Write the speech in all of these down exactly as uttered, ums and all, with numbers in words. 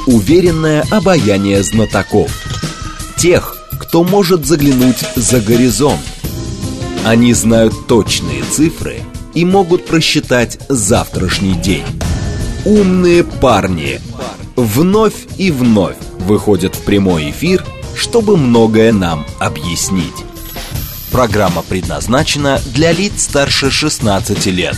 уверенное обаяние знатоков. Тех, кто может заглянуть за горизонт. Они знают точные цифры и могут просчитать завтрашний день. Умные парни вновь и вновь выходят в прямой эфир, чтобы многое нам объяснить. Программа предназначена для лиц старше шестнадцати лет.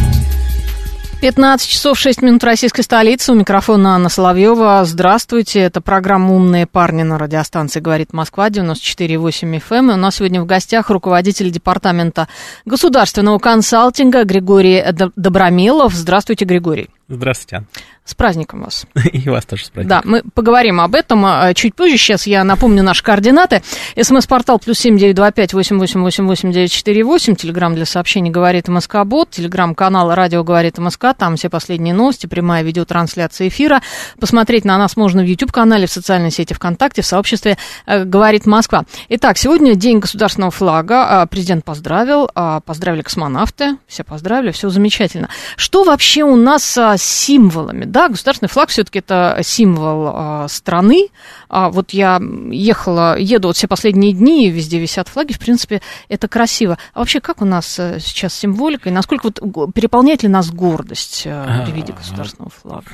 пятнадцать часов шесть минут российской столицы. У микрофона Анна Соловьева. Здравствуйте. Это программа «Умные парни» на радиостанции «Говорит Москва», девяносто четыре и восемь эф эм. И у нас сегодня в гостях руководитель департамента государственного консалтинга Григорий Добромелов. Здравствуйте, Григорий. Здравствуйте, Анна. С праздником вас. И вас тоже с праздником. Да, мы поговорим об этом чуть позже. Сейчас я напомню наши координаты. СМС-портал плюс семь девять два пять восемь восемь восемь восемь девять четыре восемь. Телеграм для сообщений «Говорит МСК-бот». Телеграм-канал «Радио говорит МСК». Там все последние новости, прямая видеотрансляция эфира. Посмотреть на нас можно в YouTube-канале, в социальной сети ВКонтакте, в сообществе «Говорит Москва». Итак, сегодня День государственного флага. Президент поздравил, поздравили космонавты. Все поздравили, все замечательно. Что вообще у нас с символами? Да, государственный флаг все-таки это символ а, страны. А, вот я ехала, еду вот все последние дни, везде висят флаги, в принципе, это красиво. А вообще, как у нас сейчас символика, и насколько вот переполняет ли нас гордость а, при виде государственного флага?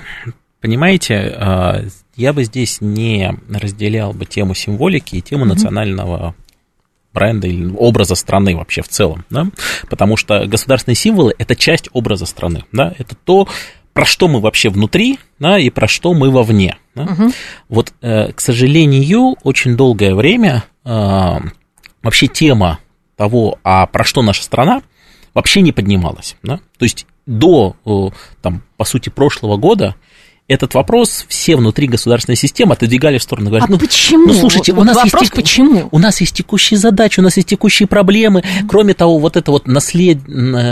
Понимаете, я бы здесь не разделял бы тему символики и тему mm-hmm. национального бренда или образа страны вообще в целом, да? Потому что государственные символы – это часть образа страны, да? Это то, про что мы вообще внутри, да, и про что мы вовне. Да? Угу. Вот, э, к сожалению, очень долгое время э, вообще тема того, а про что наша страна, вообще не поднималась. Да? То есть до, э, там, по сути, прошлого года этот вопрос все внутри государственной системы отодвигали в сторону. Говорят, а ну, почему? Ну, слушайте, вот у, нас вопрос, есть тек... почему? у нас есть текущие задачи, у нас есть текущие проблемы. Mm-hmm. Кроме того, вот эта вот наслед...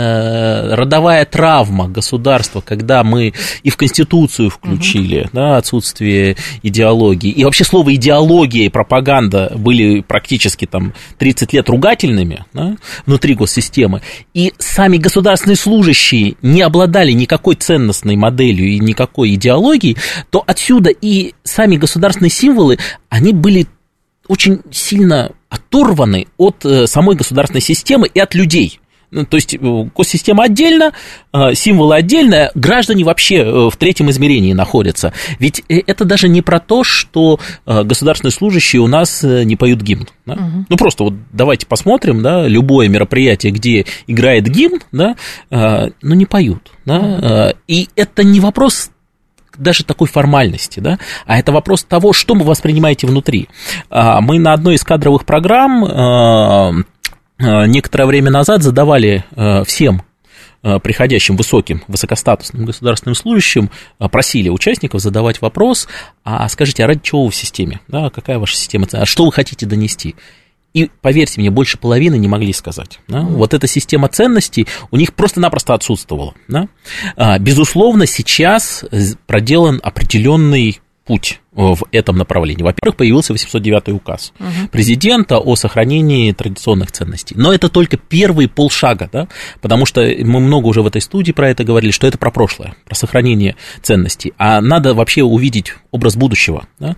родовая травма государства, когда мы и в Конституцию включили mm-hmm. да, отсутствие идеологии, и вообще слово идеология и пропаганда были практически там тридцать лет ругательными, да, внутри госсистемы, и сами государственные служащие не обладали никакой ценностной моделью и никакой идеологией, то отсюда и сами государственные символы, они были очень сильно оторваны от самой государственной системы и от людей. То есть госсистема отдельно, символы отдельно, граждане вообще в третьем измерении находятся. Ведь это даже не про то, что государственные служащие у нас не поют гимн. Да? Угу. Ну, просто вот давайте посмотрим, да, любое мероприятие, где играет гимн, да, но не поют. Да? Угу. И это не вопрос даже такой формальности, да, а это вопрос того, что вы воспринимаете внутри. Мы на одной из кадровых программ некоторое время назад задавали всем приходящим высоким, высокостатусным государственным служащим, просили участников задавать вопрос, а скажите, а ради чего вы в системе, да, какая ваша система, а что вы хотите донести? И, поверьте мне, больше половины не могли сказать. Да? Вот эта система ценностей у них просто-напросто отсутствовала. Да? Безусловно, сейчас проделан определенный путь в этом направлении. Во-первых, появился восемьсот девятый указ uh-huh. президента о сохранении традиционных ценностей. Но это только первый полшага, да? Потому что мы много уже в этой студии про это говорили, что это про прошлое, про сохранение ценностей. А надо вообще увидеть образ будущего. Да?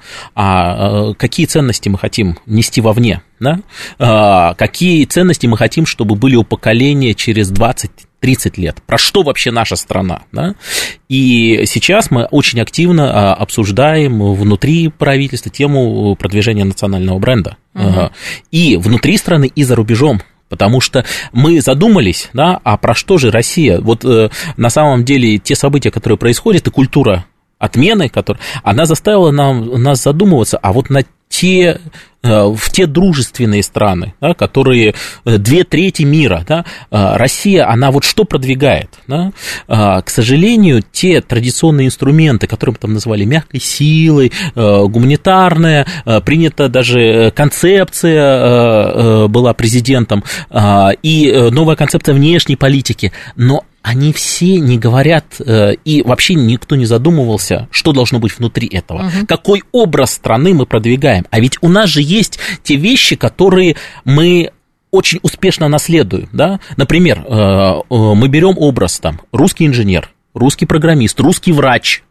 А какие ценности мы хотим нести вовне? Да? А какие ценности мы хотим, чтобы были у поколения через двадцать-тридцать лет? Про что вообще наша страна? Да? И сейчас мы очень активно обсуждаем внутри правительства тему продвижения национального бренда. Uh-huh. И внутри страны, и за рубежом. Потому что мы задумались, да, а про что же Россия? Вот э, на самом деле те события, которые происходят, и культура отмены, которая, она заставила нам, нас задумываться, а вот на те, в те дружественные страны, да, которые две трети мира, да, Россия, она вот что продвигает? Да? К сожалению, те традиционные инструменты, которые мы там назвали мягкой силой, гуманитарная, принята даже концепция была президентом, и новая концепция внешней политики, но они все не говорят, и вообще никто не задумывался, что должно быть внутри этого, uh-huh. какой образ страны мы продвигаем. А ведь у нас же есть те вещи, которые мы очень успешно наследуем. Да? Например, мы берем образ там, русский инженер, русский программист, русский врач.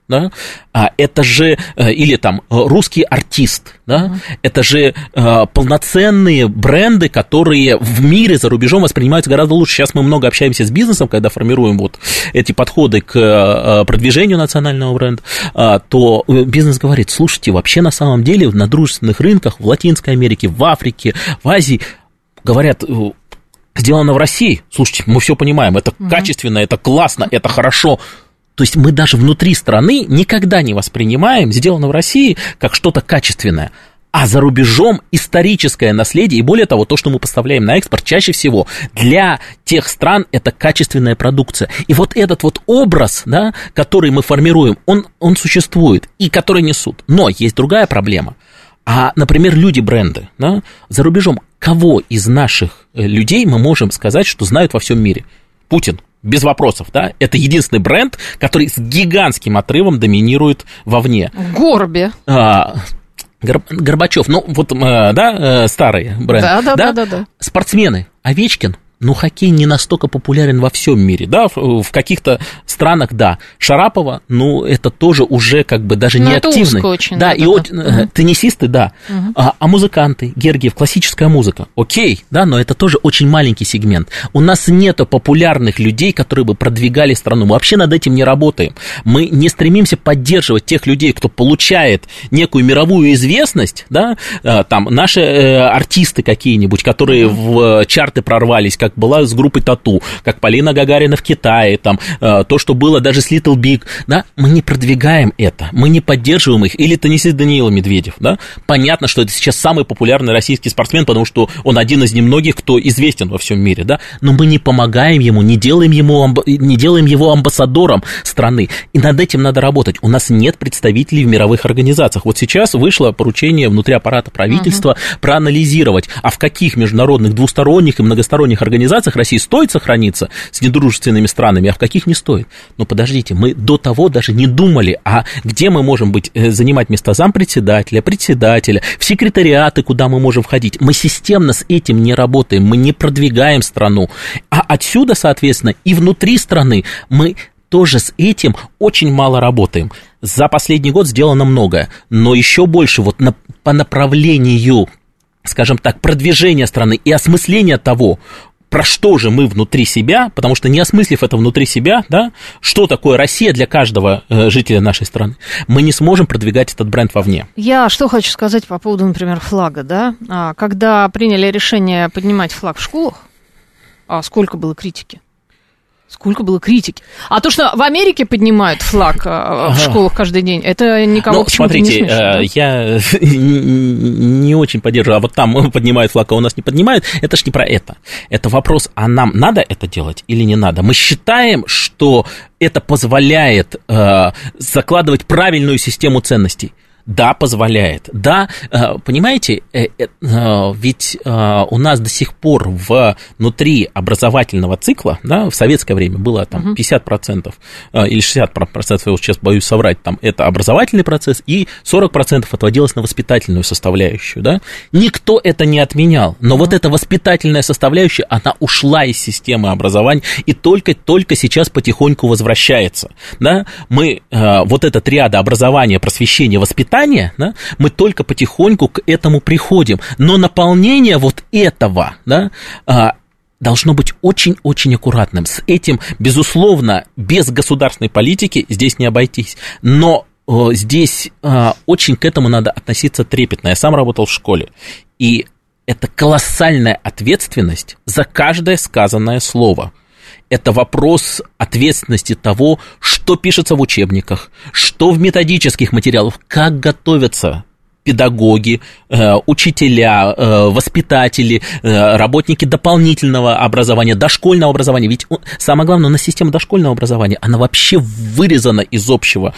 да, а это же, или там русский артист, да, uh-huh. это же а, полноценные бренды, которые в мире за рубежом воспринимаются гораздо лучше. Сейчас мы много общаемся с бизнесом, когда формируем вот эти подходы к а, продвижению национального бренда, а, то бизнес говорит: слушайте, вообще на самом деле на дружественных рынках в Латинской Америке, в Африке, в Азии говорят: сделано в России. Слушайте, мы все понимаем, это uh-huh. качественно, это классно, это хорошо. То есть мы даже внутри страны никогда не воспринимаем сделано в России как что-то качественное, а за рубежом историческое наследие, и более того, то, что мы поставляем на экспорт, чаще всего для тех стран это качественная продукция. И вот этот вот образ, да, который мы формируем, он, он существует, и который несут. Но есть другая проблема. А, например, люди-бренды, да, за рубежом, кого из наших людей мы можем сказать, что знают во всем мире? Путин. Без вопросов, да, это единственный бренд, который с гигантским отрывом доминирует вовне. Горби. А, Гор, Горбачев, ну вот, да, старый бренд. Да, да, да, да, да. Спортсмены, Овечкин. Ну, хоккей не настолько популярен во всем мире, да, в, в каких-то странах, да. Шарапова, ну, это тоже уже как бы даже ну, не активный. Очень, да, да, и да, от, да. Теннисисты, да. Угу. А, а музыканты, Гергиев, классическая музыка, окей, да, но это тоже очень маленький сегмент. У нас нету популярных людей, которые бы продвигали страну. Мы вообще над этим не работаем. Мы не стремимся поддерживать тех людей, кто получает некую мировую известность, да, там, наши э, артисты какие-нибудь, которые в чарты прорвались, как была с группой Тату, как Полина Гагарина в Китае, там, э, то, что было даже с Little Big, да, мы не продвигаем это, мы не поддерживаем их, или теннисист Даниил Медведев, да, понятно, что это сейчас самый популярный российский спортсмен, потому что он один из немногих, кто известен во всем мире, да, но мы не помогаем ему, не делаем, ему, не делаем его амбассадором страны, и над этим надо работать. У нас нет представителей в мировых организациях. Вот сейчас вышло поручение внутри аппарата правительства uh-huh. проанализировать, а в каких международных двусторонних и многосторонних организациях России стоит сохраниться с недружественными странами, а в каких не стоит. Но подождите, мы до того даже не думали, а где мы можем быть, занимать места зампредседателя, председателя, в секретариаты, куда мы можем входить. Мы системно с этим не работаем, мы не продвигаем страну. А отсюда, соответственно, и внутри страны мы тоже с этим очень мало работаем. За последний год сделано многое, но еще больше вот на, по направлению, скажем так, продвижения страны и осмысления того, про что же мы внутри себя, потому что не осмыслив это внутри себя, да, что такое Россия для каждого э, жителя нашей страны, мы не сможем продвигать этот бренд вовне. Я что хочу сказать по поводу, например, флага, да, когда приняли решение поднимать флаг в школах, а сколько было критики? Сколько было критики. А то, что в Америке поднимают флаг в школах каждый день, это никого ну, почему-то смотрите, не смешно. Да? Я не очень поддерживаю, а вот там поднимают флаг, а у нас не поднимают, это ж не про это. Это вопрос, а нам надо это делать или не надо? Мы считаем, что это позволяет э, закладывать правильную систему ценностей. Да, позволяет. Да, понимаете, ведь у нас до сих пор внутри образовательного цикла, да, в советское время было там пятьдесят процентов или шестьдесят процентов, я сейчас боюсь соврать, там это образовательный процесс, и сорок процентов отводилось на воспитательную составляющую, да. Никто это не отменял, но вот эта воспитательная составляющая, она ушла из системы образования и только-только сейчас потихоньку возвращается, да. Мы, вот эта триада образования, просвещения, воспитания, да, мы только потихоньку к этому приходим. Но наполнение вот этого, да, должно быть очень-очень аккуратным. С этим, безусловно, без государственной политики здесь не обойтись. Но здесь очень к этому надо относиться трепетно. Я сам работал в школе, и это колоссальная ответственность за каждое сказанное слово. Это вопрос ответственности того, что пишется в учебниках, что в методических материалах, как готовятся педагоги, учителя, воспитатели, работники дополнительного образования, дошкольного образования. Ведь самое главное, у нас система дошкольного образования, она вообще вырезана из общего,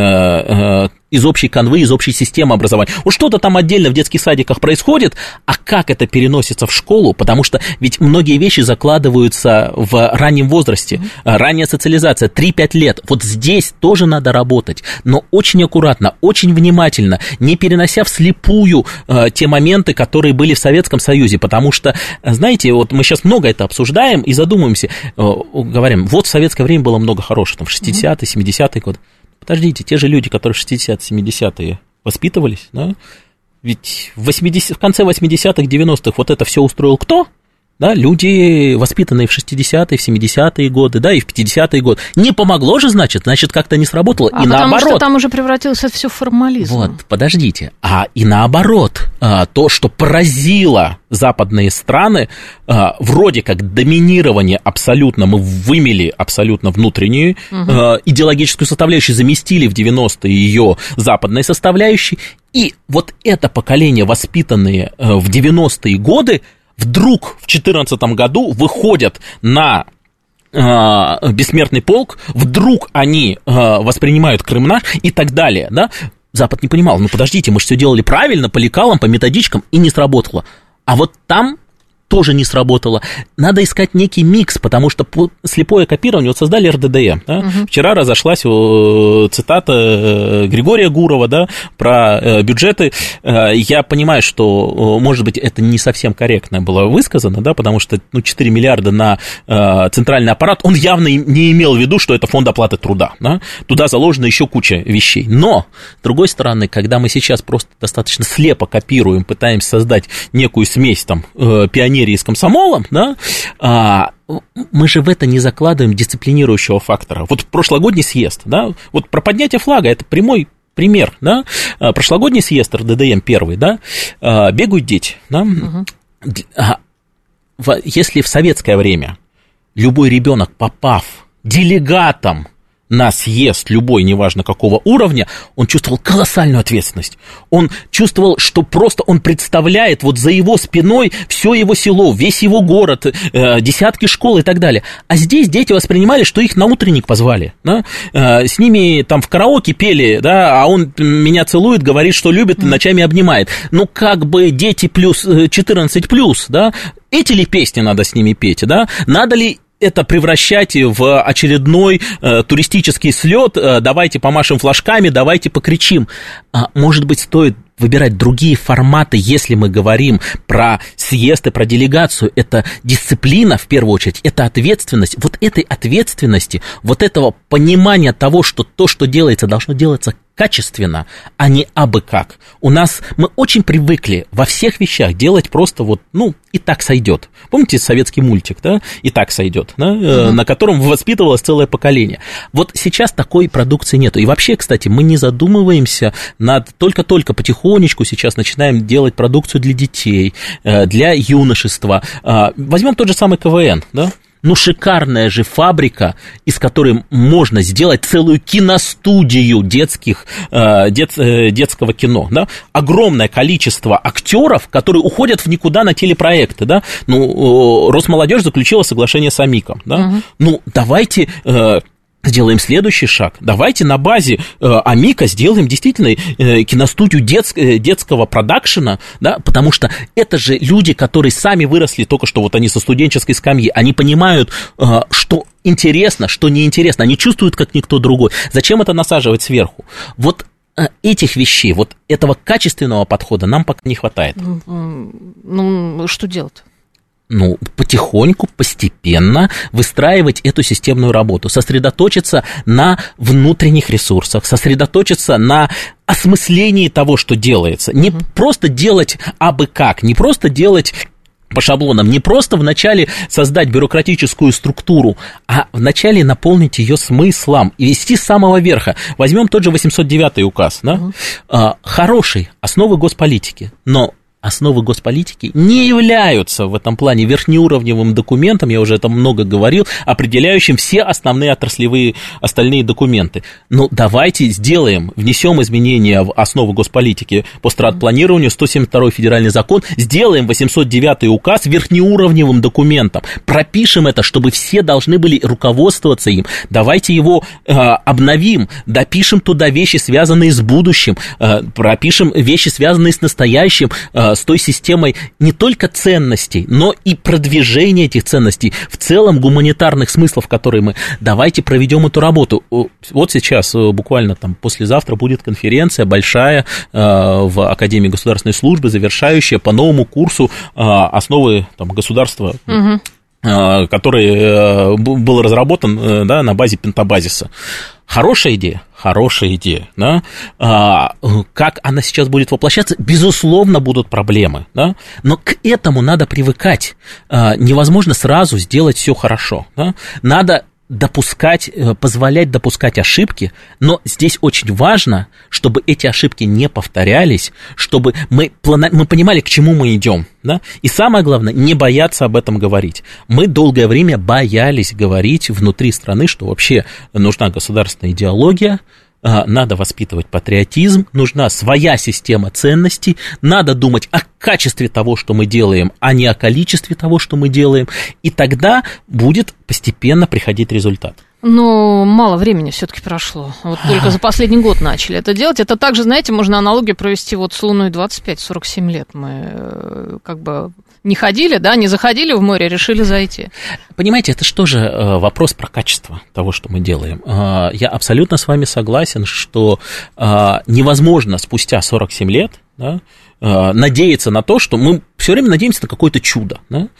из общей канвы, из общей системы образования. Вот что-то там отдельно в детских садиках происходит, а как это переносится в школу? Потому что ведь многие вещи закладываются в раннем возрасте, ранняя социализация, три-пять лет. Вот здесь тоже надо работать, но очень аккуратно, очень внимательно, не перенося вслепую э, те моменты, которые были в Советском Союзе, потому что, знаете, вот мы сейчас много это обсуждаем и задумываемся, э, говорим, вот в советское время было много хорошего, там, шестидесятые, семидесятые годы. подождите, те же люди, которые в шестидесятые-семидесятые воспитывались, да, ведь в, восьмидесятых, в конце восьмидесятых, девяностых вот это все устроил кто? Да, люди, воспитанные в шестидесятые, в семидесятые годы, да, и в пятидесятые годы. Не помогло же, значит, значит, как-то не сработало. А и потому наоборот. что там уже превратилось это все в формализм. Вот, подождите. А и наоборот, то, что поразило западные страны, вроде как доминирование абсолютно, мы вымели абсолютно внутреннюю угу. идеологическую составляющую, заместили в девяностые ее западной составляющей, и вот это поколение, воспитанные в девяностые годы, вдруг в две тысячи четырнадцатом году выходят на э, бессмертный полк, вдруг они э, воспринимают Крымнах и так далее, да? Запад не понимал, ну подождите, мы же все делали правильно, по лекалам, по методичкам, и не сработало. А вот там тоже не сработало. Надо искать некий микс, потому что слепое копирование, вот создали эр дэ дэ е, да? Угу. Вчера разошлась цитата Григория Гурова, да, про бюджеты. Я понимаю, что, может быть, это не совсем корректно было высказано, да, потому что ну, четыре миллиарда на центральный аппарат, он явно не имел в виду, что это фонд оплаты труда, да? Туда заложена еще куча вещей. Но, с другой стороны, когда мы сейчас просто достаточно слепо копируем, пытаемся создать некую смесь там пионеров с комсомолом, да, а, мы же в это не закладываем дисциплинирующего фактора. Вот прошлогодний съезд, да, вот про поднятие флага, это прямой пример, да, прошлогодний съезд эр дэ дэ эм первый, да, бегают дети, да, угу. Если в советское время любой ребенок, попав делегатом на съезд любой, неважно какого уровня, он чувствовал колоссальную ответственность. Он чувствовал, что просто он представляет вот за его спиной все его село, весь его город, э, десятки школ и так далее. А здесь дети воспринимали, что их на утренник позвали. Да? Э, с ними там в караоке пели, да, а он меня целует, говорит, что любит, и ночами обнимает. Ну, как бы дети плюс четырнадцать плюс, да, эти ли песни надо с ними петь, да? Надо ли это превращать в очередной э, туристический слет, э, давайте помашем флажками, давайте покричим. А, может быть, стоит выбирать другие форматы, если мы говорим про съезд и про делегацию. Это дисциплина, в первую очередь, это ответственность. Вот этой ответственности, вот этого понимания того, что то, что делается, должно делаться качественно, а не абы как. У нас, мы очень привыкли во всех вещах делать просто вот, ну, и так сойдет. Помните советский мультик, да, и так сойдет, да? Uh-huh. На котором воспитывалось целое поколение. Вот сейчас такой продукции нету. И вообще, кстати, мы не задумываемся над, только-только потихонечку сейчас начинаем делать продукцию для детей, для юношества. Возьмем тот же самый ка вэ эн, да? Ну, шикарная же фабрика, из которой можно сделать целую киностудию детских, э, дет, э, детского кино, да? Огромное количество актеров, которые уходят в никуда на телепроекты, да? Ну, Росмолодежь заключила соглашение с АМИКом, да? Uh-huh. Ну, давайте... Э, сделаем следующий шаг. Давайте на базе э, АМИКа сделаем действительно э, киностудию детск, э, детского продакшена, да, потому что это же люди, которые сами выросли, только что вот они со студенческой скамьи, они понимают, э, что интересно, что неинтересно, они чувствуют, как никто другой. Зачем это насаживать сверху? Вот э, этих вещей, вот этого качественного подхода нам пока не хватает. Ну, что делать? Ну, потихоньку, постепенно выстраивать эту системную работу, сосредоточиться на внутренних ресурсах, сосредоточиться на осмыслении того, что делается. Не mm-hmm. просто делать абы как, не просто делать по шаблонам, не просто вначале создать бюрократическую структуру, а вначале наполнить ее смыслом и вести с самого верха. Возьмем тот же восемьсот девятый указ, да? Mm-hmm. а, хороший, основы госполитики, но основы госполитики не являются в этом плане верхнеуровневым документом, я уже это много говорил, определяющим все основные отраслевые остальные документы. Ну, давайте сделаем, внесем изменения в основы госполитики по стратпланированию, сто семьдесят второй федеральный закон, сделаем восемьсот девятый указ верхнеуровневым документом, пропишем это, чтобы все должны были руководствоваться им, давайте его э, обновим, допишем туда вещи, связанные с будущим, э, пропишем вещи, связанные с настоящим, э, с той системой не только ценностей, но и продвижения этих ценностей, в целом гуманитарных смыслов, которые мы... Давайте проведем эту работу. Вот сейчас, буквально там послезавтра, будет конференция большая в Академии государственной службы, завершающая по новому курсу основы там, государства, угу. который был разработан, да, на базе пентабазиса. Хорошая идея, хорошая идея, да? а, как она сейчас будет воплощаться, безусловно, будут проблемы, да? Но к этому надо привыкать, а, невозможно сразу сделать все хорошо, да? Надо допускать, позволять допускать ошибки, но здесь очень важно, чтобы эти ошибки не повторялись, чтобы мы, мы понимали, к чему мы идем, да? И самое главное, не бояться об этом говорить. Мы долгое время боялись говорить внутри страны, что вообще нужна государственная идеология, надо воспитывать патриотизм, нужна своя система ценностей, надо думать о качестве того, что мы делаем, а не о количестве того, что мы делаем, и тогда будет постепенно приходить результат. Но мало времени все-таки прошло. Вот только за последний год начали это делать. Это также, знаете, можно аналогию провести вот с Луной двадцать пять сорок семь лет. Мы как бы не ходили, да, не заходили в море, решили зайти. Понимаете, это что же вопрос про качество того, что мы делаем. Я абсолютно с вами согласен, что невозможно спустя сорок семь лет, да, надеяться на то, что мы все время надеемся на какое-то чудо. Да?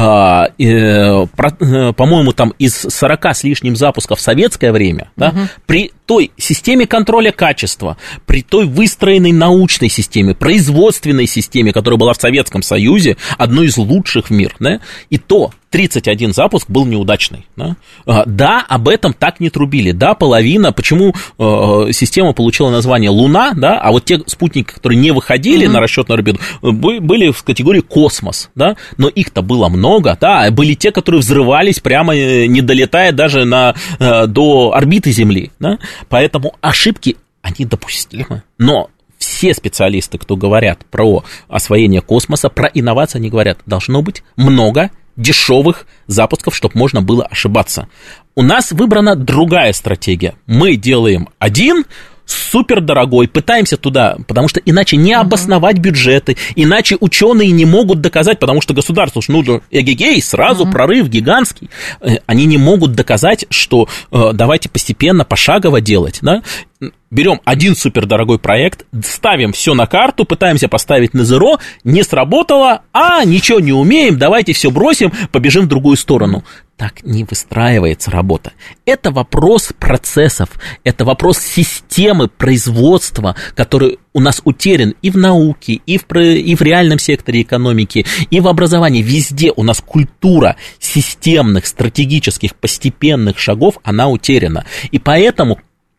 По-моему, там из сорока с лишним запусков в советское время, да, угу. при той системе контроля качества, при той выстроенной научной системе, производственной системе, которая была в Советском Союзе, одной из лучших в мире, да, и то тридцать один запуск был неудачный. Да? Да, об этом так не трубили. Да, половина, почему э, система получила название Луна, да, а вот те спутники, которые не выходили mm-hmm. на расчетную орбиту, были в категории космос, да, но их-то было много, да, были те, которые взрывались прямо не долетая даже на, э, до орбиты Земли, да, поэтому ошибки, они допустимы, но все специалисты, кто говорят про освоение космоса, про инновации, они говорят, должно быть много дешевых запусков, чтобы можно было ошибаться. У нас выбрана другая стратегия. Мы делаем один супердорогой, пытаемся туда, потому что иначе не обосновать бюджеты, иначе ученые не могут доказать, потому что государству нужно эгегей, сразу uh-huh. прорыв гигантский, они не могут доказать, что э, давайте постепенно, пошагово делать, да? Берем один супердорогой проект, ставим все на карту, пытаемся поставить на зеро, не сработало, а ничего не умеем, давайте все бросим, побежим в другую сторону. Так не выстраивается работа. Это вопрос процессов, это вопрос системы производства, который у нас утерян и в науке, и в, и в реальном секторе экономики, и в образовании. Везде у нас культура системных, стратегических, постепенных шагов, она утеряна. И поэтому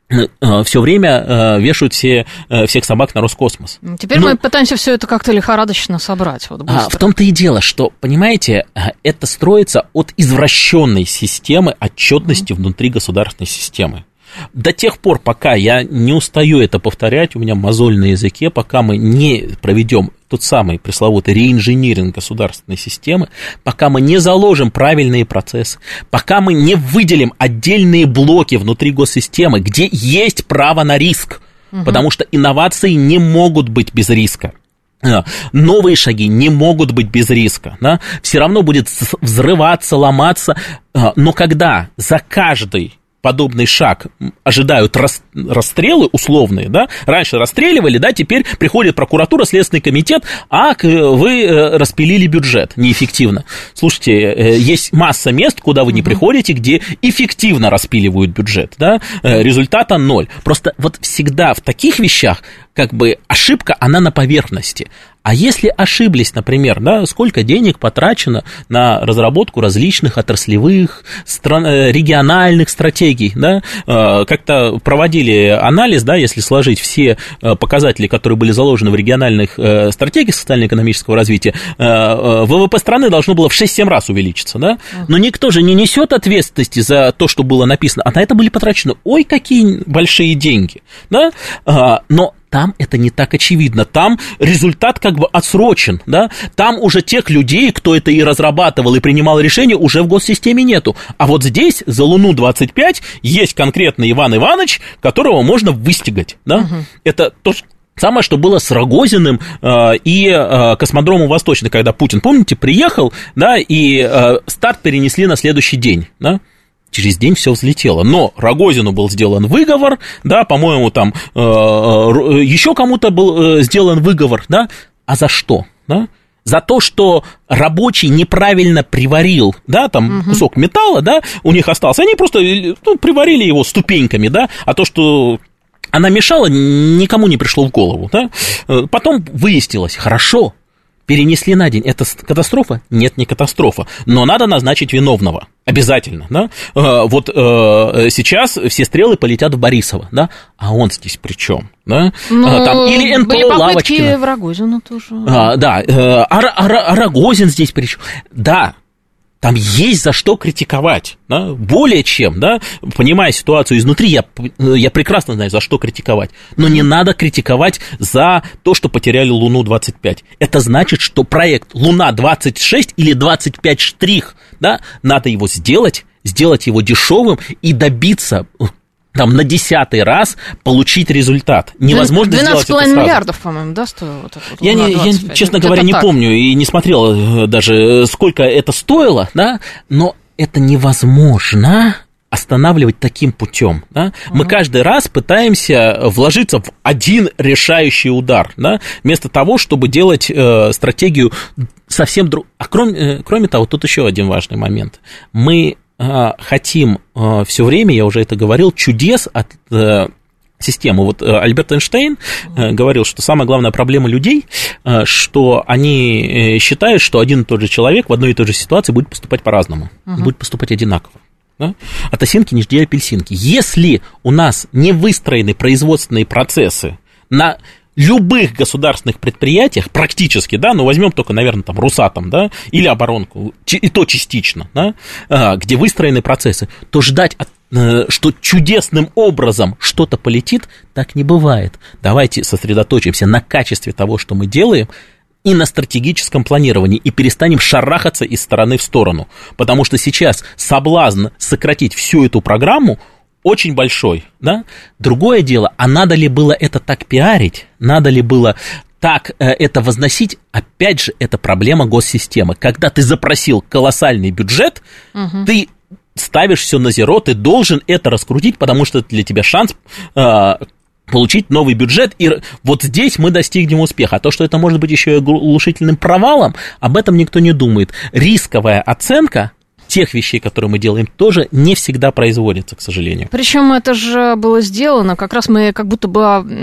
все время вешают все, всех собак на Роскосмос. Теперь Но, мы пытаемся все это как-то лихорадочно собрать. Вот а, в том-то и дело, что, понимаете, это строится от извращенной системы отчетности mm-hmm. внутри государственной системы. До тех пор, пока я не устаю это повторять, у меня мозоль на языке, пока мы не проведем тот самый пресловутый реинжиниринг государственной системы, пока мы не заложим правильные процессы, пока мы не выделим отдельные блоки внутри госсистемы, где есть право на риск, угу. потому что инновации не могут быть без риска. Новые шаги не могут быть без риска, да? Все равно будет взрываться, ломаться, но когда за каждый подобный шаг ожидают расстрелы условные, да, раньше расстреливали, да, теперь приходит прокуратура, Следственный комитет, а вы распилили бюджет неэффективно. Слушайте, есть масса мест, куда вы не приходите, где эффективно распиливают бюджет, да, результата ноль. Просто вот всегда в таких вещах как бы ошибка, она на поверхности. А если ошиблись, например, да, сколько денег потрачено на разработку различных отраслевых, стран, региональных стратегий, да, как-то проводили анализ, да, если сложить все показатели, которые были заложены в региональных стратегиях социально-экономического развития, ВВП страны должно было в шесть-семь раз увеличиться, да, но никто же не несет ответственности за то, что было написано, а на это были потрачены, ой, какие большие деньги, да, но там это не так очевидно, там результат как бы отсрочен, да, там уже тех людей, кто это и разрабатывал, и принимал решения, уже в госсистеме нету, а вот здесь за Луну двадцать пять есть конкретно Иван Иванович, которого можно выстигать, да, угу. Это то, что самое, что было с Рогозиным э, и э, космодромом Восточный, когда Путин, помните, приехал, да, и э, старт перенесли на следующий день, да. Через день все взлетело, но Рогозину был сделан выговор, да, по-моему, там э, еще кому-то был э, сделан выговор, да, а за что, да? За то, что рабочий неправильно приварил, да, там угу. кусок металла, да, у них остался, они просто ну, приварили его ступеньками, да, а то, что она мешала, никому не пришло в голову. Да? Потом выяснилось, хорошо, перенесли на день. Это катастрофа? Нет, не катастрофа. Но надо назначить виновного. Обязательно. Да? Вот сейчас все стрелы полетят в Борисова. Да? А он здесь при чем? Да? Там, или эн пэ о Лавочкина. Были попытки в Рогозину тоже. А, да, а, а, а Рогозин здесь при чем? Да. Там есть за что критиковать, да? Более чем, да? Понимая ситуацию изнутри, я, я прекрасно знаю, за что критиковать, но не надо критиковать за то, что потеряли Луну двадцать пять. Это значит, что проект Луна двадцать шесть или двадцать пять штрих, да, надо его сделать, сделать его дешевым и добиться... там на десятый раз получить результат. Невозможно сделать это сразу. двенадцать с половиной миллиардов, по-моему, да, стоило вот это вот Я, не, я честно говоря, это не так. помню и не смотрел даже, сколько это стоило, да, но это невозможно останавливать таким путем. Да? Uh-huh. Мы каждый раз пытаемся вложиться в один решающий удар, да, вместо того, чтобы делать э, стратегию совсем другую. А кроме, э, кроме того, тут еще один важный момент. Мы хотим все время, я уже это говорил, чудес от системы. Вот Альберт Эйнштейн говорил, что самая главная проблема людей, что они считают, что один и тот же человек в одной и той же ситуации будет поступать по-разному, uh-huh. будет поступать одинаково. Да? От осинки не жди апельсинки. Если у нас не выстроены производственные процессы на любых государственных предприятиях, практически, да, ну, возьмем только, наверное, там, Росатом, да, или оборонку, и то частично, да, где выстроены процессы, то ждать, что чудесным образом что-то полетит, так не бывает. Давайте сосредоточимся на качестве того, что мы делаем, и на стратегическом планировании, и перестанем шарахаться из стороны в сторону, потому что сейчас соблазн сократить всю эту программу очень большой, да? Другое дело, а надо ли было это так пиарить, надо ли было так э, это возносить, опять же, это проблема госсистемы. Когда ты запросил колоссальный бюджет, угу. ты ставишь все на зеро, ты должен это раскрутить, потому что это для тебя шанс э, получить новый бюджет, и вот здесь мы достигнем успеха. А то, что это может быть еще и глушительным провалом, об этом никто не думает. Рисковая оценка тех вещей, которые мы делаем, тоже не всегда производится, к сожалению. Причем это же было сделано, как раз мы как будто бы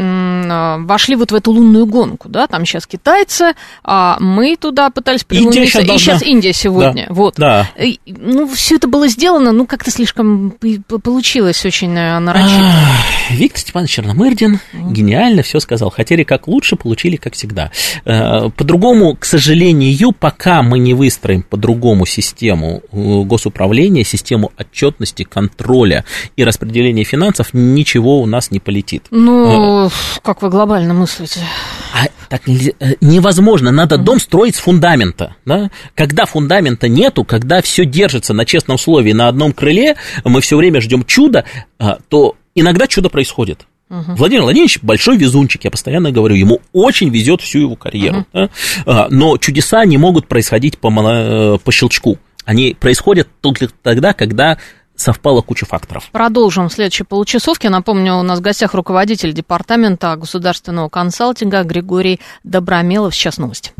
м, вошли вот в эту лунную гонку, да, там сейчас китайцы, а мы туда пытались прилуниться, и должна... сейчас Индия сегодня, да. вот. Да. И, ну, все это было сделано, ну, как-то слишком получилось очень нарочито. Виктор Степанович Черномырдин mm. гениально все сказал. Хотели как лучше, получили как всегда. По-другому, к сожалению, пока мы не выстроим по-другому систему госуправления, систему отчетности, контроля и распределения финансов, ничего у нас не полетит. Ну, а, как вы глобально мыслите? А, так нельзя, невозможно, надо mm-hmm. дом строить с фундамента. Да? Когда фундамента нету, когда все держится на честном слове, на одном крыле, мы все время ждем чуда, то иногда чудо происходит. Uh-huh. Владимир Владимирович большой везунчик, я постоянно говорю, ему очень везет всю его карьеру. Uh-huh. Да? Но чудеса не могут происходить по, по щелчку. Они происходят только тогда, когда совпала куча факторов. Продолжим в следующей получасовке. Напомню, у нас в гостях руководитель департамента государственного консалтинга Григорий Добромелов. Сейчас новости.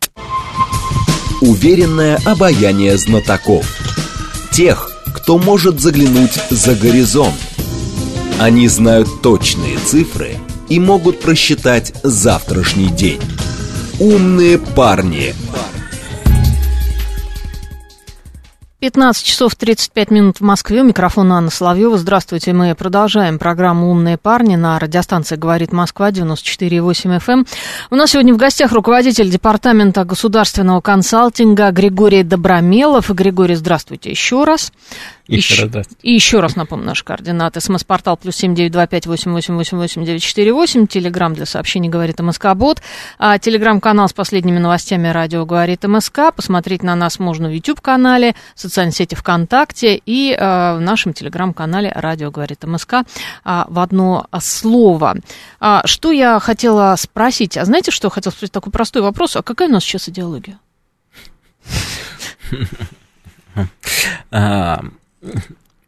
Уверенное обаяние знатоков. Тех, кто может заглянуть за горизонт. Они знают точные цифры и могут просчитать завтрашний день. Умные парни. пятнадцать часов тридцать пять минут в Москве. У микрофона Анна Соловьева. Здравствуйте. Мы продолжаем программу «Умные парни» на радиостанции «Говорит Москва» девяносто четыре и восемь эф эм. У нас сегодня в гостях руководитель департамента государственного консалтинга Григорий Добромелов. Григорий, здравствуйте еще раз. Еще раз, и еще раз напомню наши координаты. СМС-портал плюс семь девять два пять восемь восемь восемь восемь девять четыре восемь. Телеграм для сообщений «Говорит МСК-бот». А телеграм-канал с последними новостями «Радио говорит МСК». Посмотреть на нас можно в YouTube-канале, в социальной сети ВКонтакте и э, в нашем телеграм-канале «Радио говорит МСК» э, в одно слово. А, что я хотела спросить? А знаете, что я хотела спросить? Такой простой вопрос. А какая у нас сейчас идеология?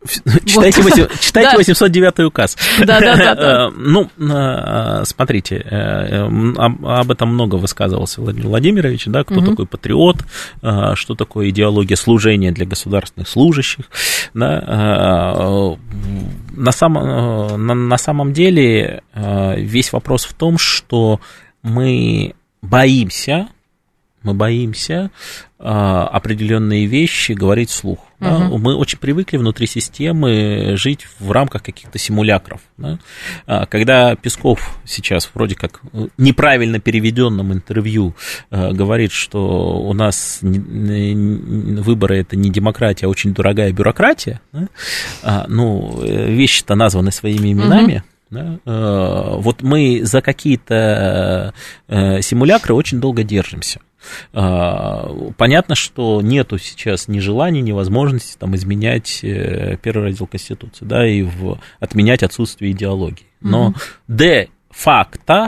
Читайте, вот. восемь, читайте да. восемьсот девятый указ. Да, да, да, да. Ну, смотрите, об этом много высказывался Владимир Владимирович, да, кто угу. такой патриот, что такое идеология служения для государственных служащих. Да. На, самом, на, на самом деле весь вопрос в том, что мы боимся, мы боимся а, определенные вещи говорить вслух. Uh-huh. Да? Мы очень привыкли внутри системы жить в рамках каких-то симулякров. Да? А, когда Песков сейчас вроде как неправильно переведенном интервью а, говорит, что у нас не, не, выборы это не демократия, а очень дорогая бюрократия, да? а, ну, вещи-то названы своими именами. Uh-huh. Да? Вот мы за какие-то симулякры очень долго держимся. Понятно, что нету сейчас ни желания, ни возможности там, изменять первый раздел Конституции, да, и в, отменять отсутствие идеологии. Но mm-hmm. де-факто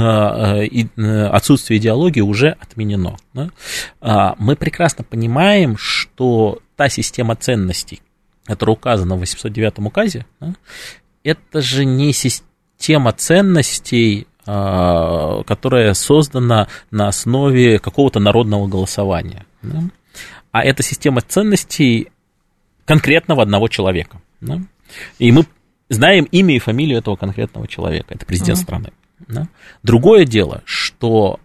отсутствие идеологии уже отменено. Да? Мы прекрасно понимаем, что та система ценностей, которая указана в восемьсот девятом указе, да, это же не система ценностей, которая создана на основе какого-то народного голосования. Да? А это система ценностей конкретного одного человека. Да? И мы знаем имя и фамилию этого конкретного человека. Это президент mm-hmm. страны. Да? Другое дело, что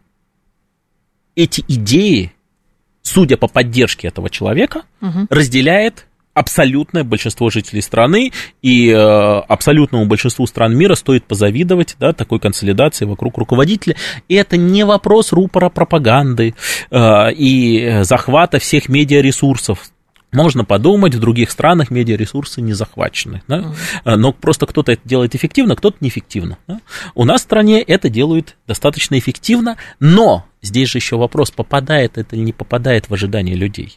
эти идеи, судя по поддержке этого человека, mm-hmm. разделяет абсолютное большинство жителей страны, и э, абсолютному большинству стран мира стоит позавидовать, да, такой консолидации вокруг руководителя. И это не вопрос рупора пропаганды э, и захвата всех медиаресурсов. Можно подумать, в других странах медиаресурсы не захвачены, да? mm. но просто кто-то это делает эффективно, кто-то неэффективно. Да? У нас в стране это делают достаточно эффективно, но здесь же еще вопрос, попадает это или не попадает в ожидания людей.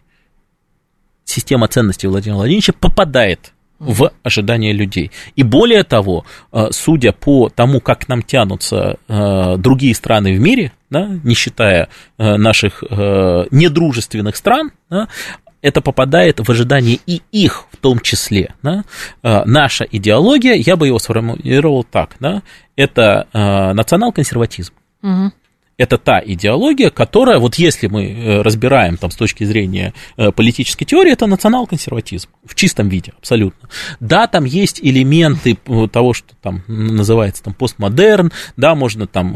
Система ценностей Владимира Владимировича попадает в ожидания людей. И более того, судя по тому, как к нам тянутся другие страны в мире, да, не считая наших недружественных стран, да, это попадает в ожидание и их в том числе. Да. Наша идеология, я бы его сформулировал так, да, это национал-консерватизм. Угу. Это та идеология, которая, вот если мы разбираем там, с точки зрения политической теории, это национал-консерватизм в чистом виде, абсолютно. Да, там есть элементы того, что там называется там, постмодерн, да, можно там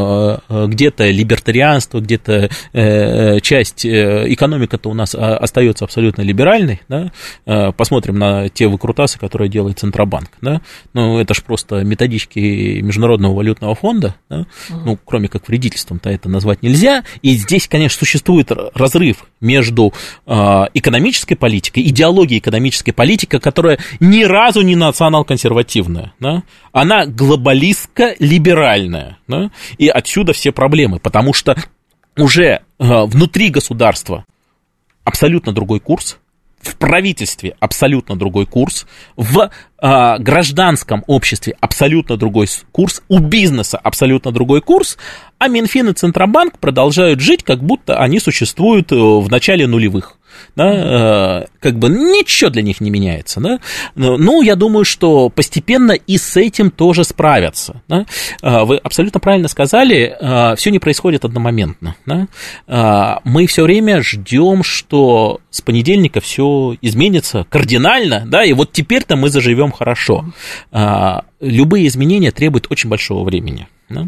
где-то либертарианство, где-то часть экономика-то у нас остается абсолютно либеральной, да? Посмотрим на те выкрутасы, которые делает Центробанк, да? Ну, это ж просто методички Международного валютного фонда, да? Ну, кроме как вредительства, то это назвать нельзя, и здесь, конечно, существует разрыв между э, экономической политикой, идеологией экономической политики, которая ни разу не национал-консервативная, да? Она глобалистско-либеральная, да? И отсюда все проблемы, потому что уже э, внутри государства абсолютно другой курс, в правительстве абсолютно другой курс, в э, гражданском обществе абсолютно другой курс, у бизнеса абсолютно другой курс, а Минфин и Центробанк продолжают жить, как будто они существуют в начале нулевых. Да, э, как бы ничего для них не меняется. Да? Ну, я думаю, что постепенно и с этим тоже справятся. Да? Вы абсолютно правильно сказали, э, все не происходит одномоментно. Да? Э, мы все время ждем, что с понедельника все изменится кардинально, да, и вот теперь-то мы заживем хорошо. Э, любые изменения требуют очень большого времени. Да?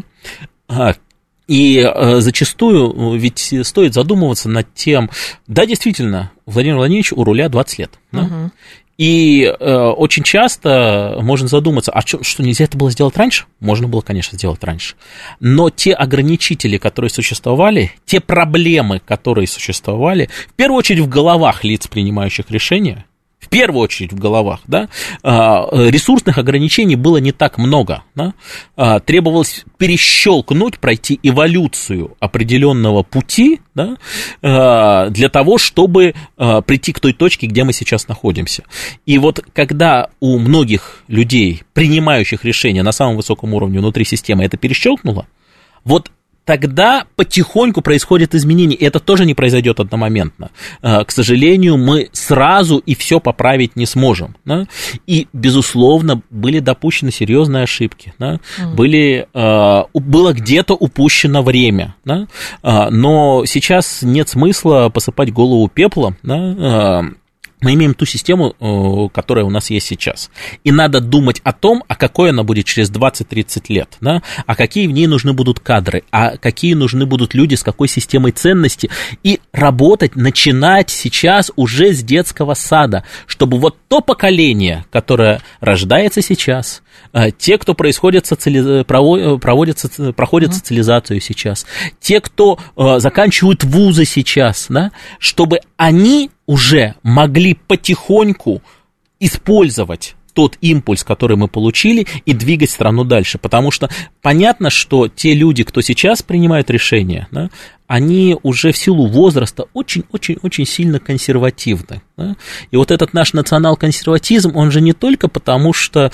И э, зачастую ведь стоит задумываться над тем, да, действительно, Владимир Владимирович у руля двадцать лет. Да? Uh-huh. И э, очень часто можно задуматься, а что, что нельзя это было сделать раньше? Можно было, конечно, сделать раньше. Но те ограничители, которые существовали, те проблемы, которые существовали, в первую очередь в головах лиц, принимающих решения, в первую очередь в головах, да, ресурсных ограничений было не так много, да, требовалось перещелкнуть, пройти эволюцию определенного пути, да, для того, чтобы прийти к той точке, где мы сейчас находимся. И вот когда у многих людей, принимающих решения на самом высоком уровне внутри системы, это перещелкнуло, вот тогда потихоньку происходит изменение. И это тоже не произойдет одномоментно. К сожалению, мы сразу и все поправить не сможем. Да? И, безусловно, были допущены серьезные ошибки. Да? Mm. Были, было где-то упущено время. Да? Но сейчас нет смысла посыпать голову пеплом. Да? Мы имеем ту систему, которая у нас есть сейчас. И надо думать о том, а какой она будет через двадцать-тридцать лет, да? А какие в ней нужны будут кадры, а какие нужны будут люди с какой системой ценностей. И работать, начинать сейчас уже с детского сада, чтобы вот то поколение, которое рождается сейчас, те, кто происходит социали... проводят, проходят социализацию сейчас, те, кто заканчивают вузы сейчас, да? Чтобы они уже могли потихоньку использовать тот импульс, который мы получили, и двигать страну дальше. Потому что понятно, что те люди, кто сейчас принимают решения, да, они уже в силу возраста очень-очень-очень сильно консервативны. Да? И вот этот наш национал-консерватизм, он же не только потому, что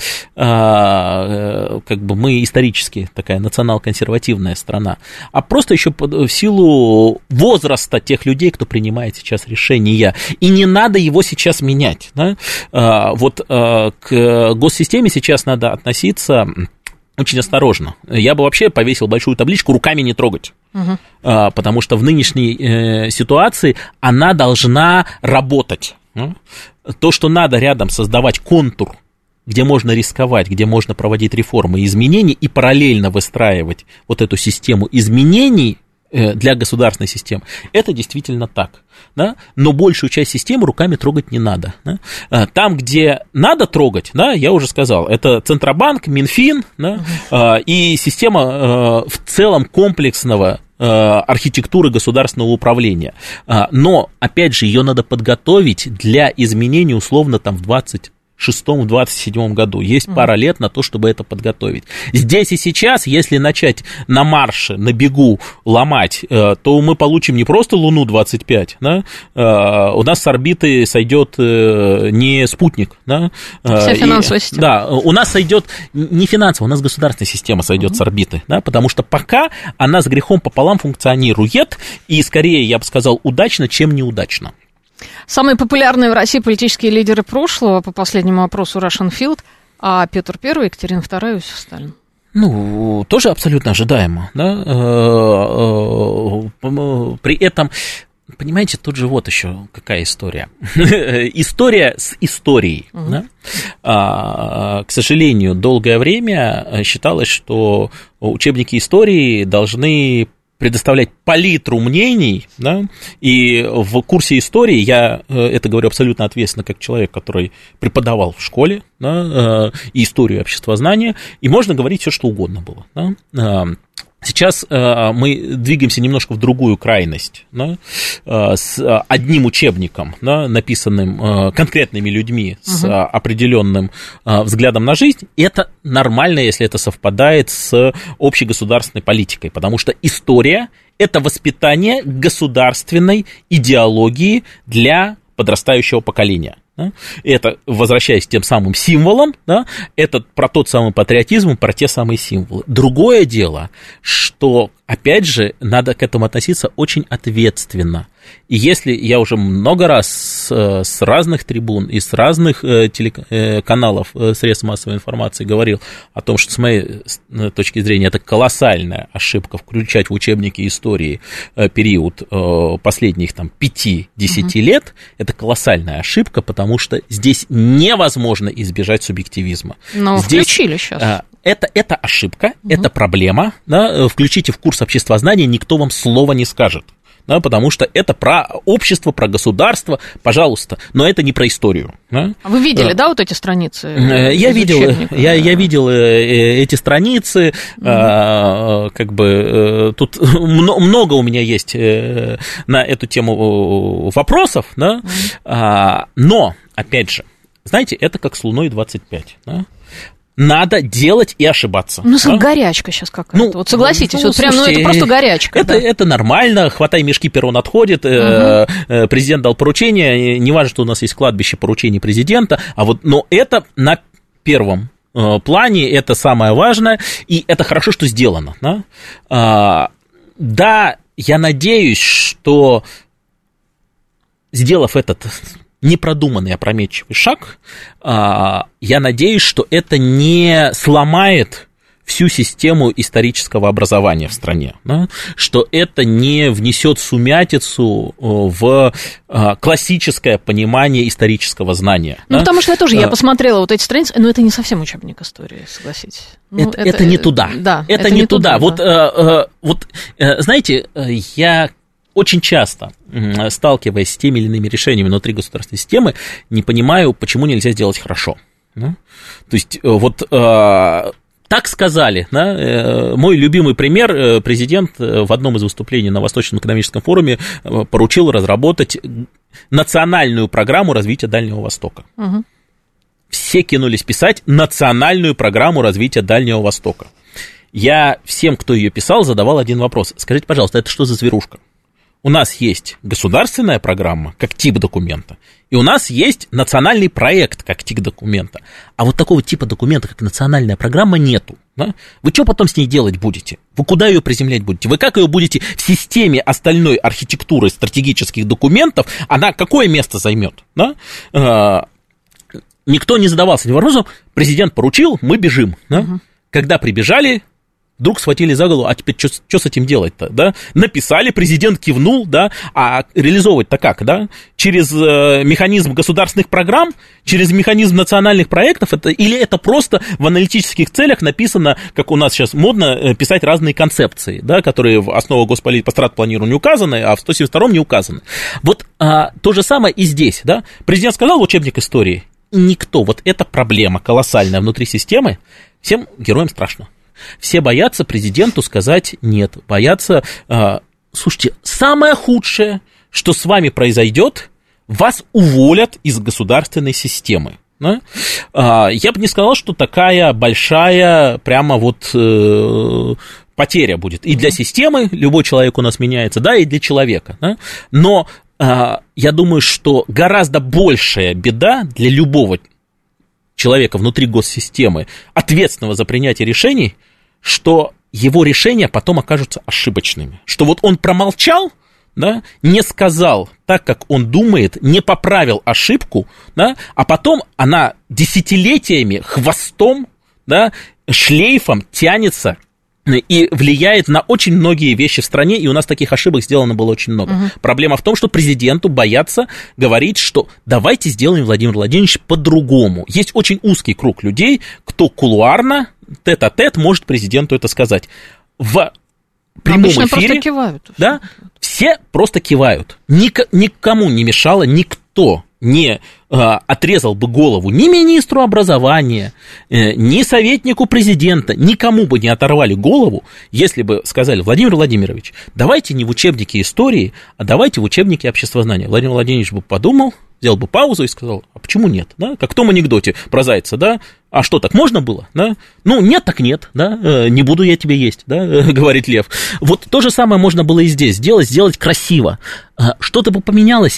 а, как бы мы исторически такая национал-консервативная страна, а просто еще в силу возраста тех людей, кто принимает сейчас решения. И не надо его сейчас менять. Да? А, вот а, к госсистеме сейчас надо относиться очень осторожно. Я бы вообще повесил большую табличку «руками не трогать». Угу. А, потому что в нынешней э, ситуации она должна работать. Ну? То, что надо рядом создавать контур, где можно рисковать, где можно проводить реформы и изменения, и параллельно выстраивать вот эту систему изменений для государственной системы, это действительно так. Да? Но большую часть системы руками трогать не надо. Да? Там, где надо трогать, да, я уже сказал, это Центробанк, Минфин, да, uh-huh. и система в целом комплексного архитектуры государственного управления. Но, опять же, ее надо подготовить для изменений условно там в двадцать шестом, двадцать седьмом году. Есть пара лет на то, чтобы это подготовить. Здесь и сейчас, если начать на марше, на бегу ломать, то мы получим не просто Луну двадцать пять, да? У нас с орбиты сойдет не спутник. Да? Вся финансовая система. Да, у нас сойдет не финансовая, у нас государственная система сойдет угу. с орбиты, да? Потому что пока она с грехом пополам функционирует, и скорее, я бы сказал, удачно, чем неудачно. Самые популярные в России политические лидеры прошлого, по последнему опросу Russian Field, а Петр Первый, Екатерина Вторая, Иосиф Сталин. Ну, тоже абсолютно ожидаемо, да. При этом, понимаете, тут же вот еще какая история. История с историей. Угу. Да? А, к сожалению, долгое время считалось, что учебники истории должны предоставлять палитру мнений, да, и в курсе истории, я это говорю абсолютно ответственно, как человек, который преподавал в школе, да, и историю, и обществознание, и можно говорить все, что угодно было, да. Сейчас э, мы двигаемся немножко в другую крайность, да, э, с одним учебником, да, написанным э, конкретными людьми с uh-huh. э, определенным э, взглядом на жизнь. И это нормально, если это совпадает с общегосударственной политикой, потому что история – это воспитание государственной идеологии для подрастающего поколения. Да? Это, возвращаясь к тем самым символам, да, это про тот самый патриотизм, про те самые символы. Другое дело, что, опять же, надо к этому относиться очень ответственно. И если я уже много раз с, с разных трибун и с разных телеканалов, средств массовой информации говорил о том, что с моей точки зрения это колоссальная ошибка включать в учебники истории период последних там пяти-десяти угу. лет, это колоссальная ошибка, потому что здесь невозможно избежать субъективизма. Но здесь, включили сейчас. Это, это ошибка, угу. это проблема. Да? Включите в курс обществознания, никто вам слова не скажет. Да, потому что это про общество, про государство, пожалуйста, но это не про историю. Да? А вы видели, да, вот эти страницы? Я видел, я, я видел эти страницы, mm-hmm. как бы тут много у меня есть на эту тему вопросов, да? Mm-hmm. Но, опять же, знаете, это как с Луной двадцать пять, да? Надо делать и ошибаться. Ну, да? Горячка сейчас какая-то. Ну, вот согласитесь, ну, вот прям, слушайте, ну, это просто горячка. Это, да. это нормально, хватай мешки, перрон отходит, угу. Президент дал поручение, не важно, что у нас есть кладбище поручений президента, а вот, но это на первом плане, это самое важное, и это хорошо, что сделано. Да? да, я надеюсь, что, сделав этот непродуманный опрометчивый шаг, я надеюсь, что это не сломает всю систему исторического образования в стране, да? Что это не внесет сумятицу в классическое понимание исторического знания. Ну, да? потому что я тоже, я посмотрела вот эти страницы, но это не совсем учебник истории, согласитесь. Ну, это, это, это не туда. Да, это, это не, не туда. туда. Вот, да. вот, знаете, я очень часто, сталкиваясь с теми или иными решениями внутри государственной системы, не понимаю, почему нельзя сделать хорошо. Да? То есть, вот... Так сказали, да? Мой любимый пример, президент в одном из выступлений на Восточном экономическом форуме поручил разработать национальную программу развития Дальнего Востока. Угу. Все кинулись писать национальную программу развития Дальнего Востока. Я всем, кто ее писал, задавал один вопрос. Скажите, пожалуйста, это что за зверушка? У нас есть государственная программа, как тип документа, и у нас есть национальный проект, как тип документа. А вот такого типа документа, как национальная программа, нету. Да? Вы что потом с ней делать будете? Вы куда ее приземлять будете? Вы как ее будете в системе остальной архитектуры стратегических документов, она какое место займет? Да? Никто не задавался этим вопросом. Президент поручил, мы бежим. Да? Угу. Когда прибежали... Вдруг схватили за голову, а теперь что с этим делать-то, да? Написали, президент кивнул, да, а реализовывать-то как, да? Через э, механизм государственных программ, через механизм национальных проектов, это, или это просто в аналитических целях написано, как у нас сейчас модно, писать разные концепции, да, которые в основу госполитики по стратпланированию не указаны, а в сто семьдесят втором не указаны. Вот а, то же самое и здесь, да? Президент сказал в учебник истории, никто, вот эта проблема колоссальная внутри системы, всем героям страшно. Все боятся президенту сказать нет, боятся, э, слушайте, самое худшее, что с вами произойдет, вас уволят из государственной системы. Да? Э, я бы не сказал, что такая большая прямо вот э, потеря будет и для системы, любой человек у нас меняется, да, и для человека, да? Но э, я думаю, что гораздо большая беда для любого человека внутри госсистемы, ответственного за принятие решений, что его решения потом окажутся ошибочными. Что вот он промолчал, да, не сказал так, как он думает, не поправил ошибку, да, а потом она десятилетиями хвостом, да, шлейфом тянется и влияет на очень многие вещи в стране, и у нас таких ошибок сделано было очень много. Угу. Проблема в том, что президенту боятся говорить, что давайте сделаем, Владимир Владимирович, по-другому. Есть очень узкий круг людей, кто кулуарно, тет-а-тет может президенту это сказать. В прямом Обычно эфире просто кивают. Да, все просто кивают. Ник- никому не мешало, никто не э, отрезал бы голову ни министру образования, э, ни советнику президента, никому бы не оторвали голову, если бы сказали: Владимир Владимирович, давайте не в учебнике истории, а давайте в учебнике обществознания. Владимир Владимирович бы подумал, взял бы паузу и сказал: а почему нет? Да? Как в том анекдоте про зайца, да? А что, так можно было? Да? Ну, нет, так нет, да? э, не буду я тебе есть, да? говорит лев. Вот то же самое можно было и здесь сделать, сделать красиво. Что-то бы поменялось.